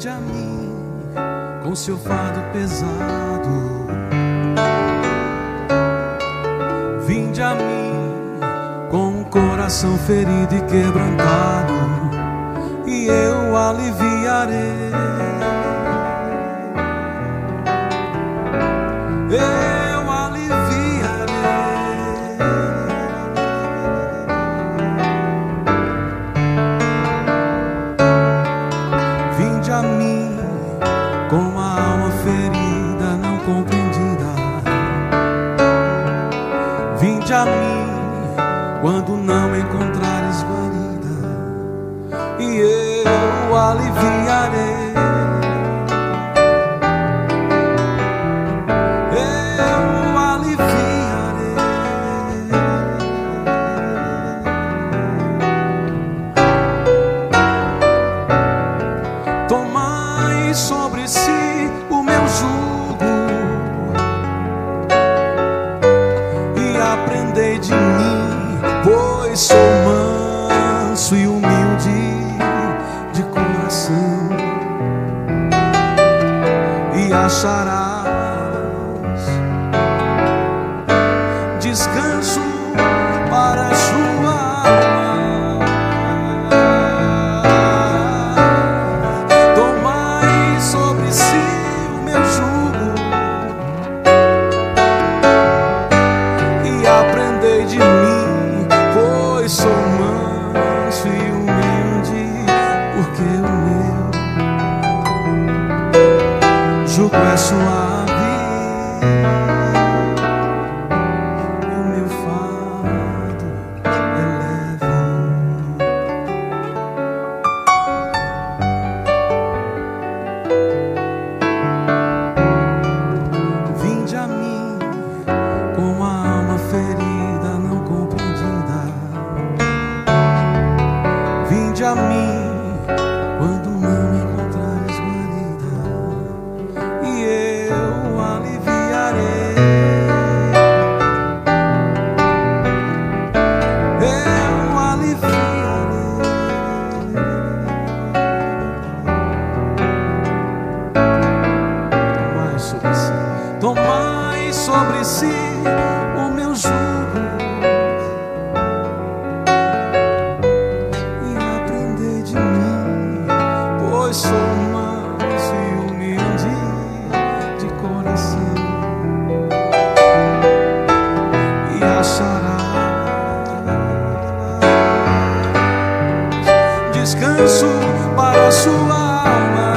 Vinde a mim com seu fardo pesado. Vinde a mim com o coração ferido e quebrantado, e eu aliviarei. Eu aliviarei. Vinde a mim com a alma ferida, não compreendida. Vinde a mim quando não encontrares guarida, e eu aliviarei. Eu aliviarei. Tomai sobre si o meu jugo e aprendei de mim, pois sou manso e humilde de coração, e acharás descanso para a sua alma. Tomai sobre si o meu jugo e aprendei de mim, pois sou manso e humilde, porque o meu jugo é suave e o meu fardo é leve. Vinde a mim com a alma ferida, não compreendida. Vinde a mim quando não encontrares guarida, e eu aliviarei. Eu aliviarei. Tomai sobre si, tomai sobre si o meu jugo e aprendei de mim, pois sou manso e humilde de coração, e acharás descanso para a sua alma.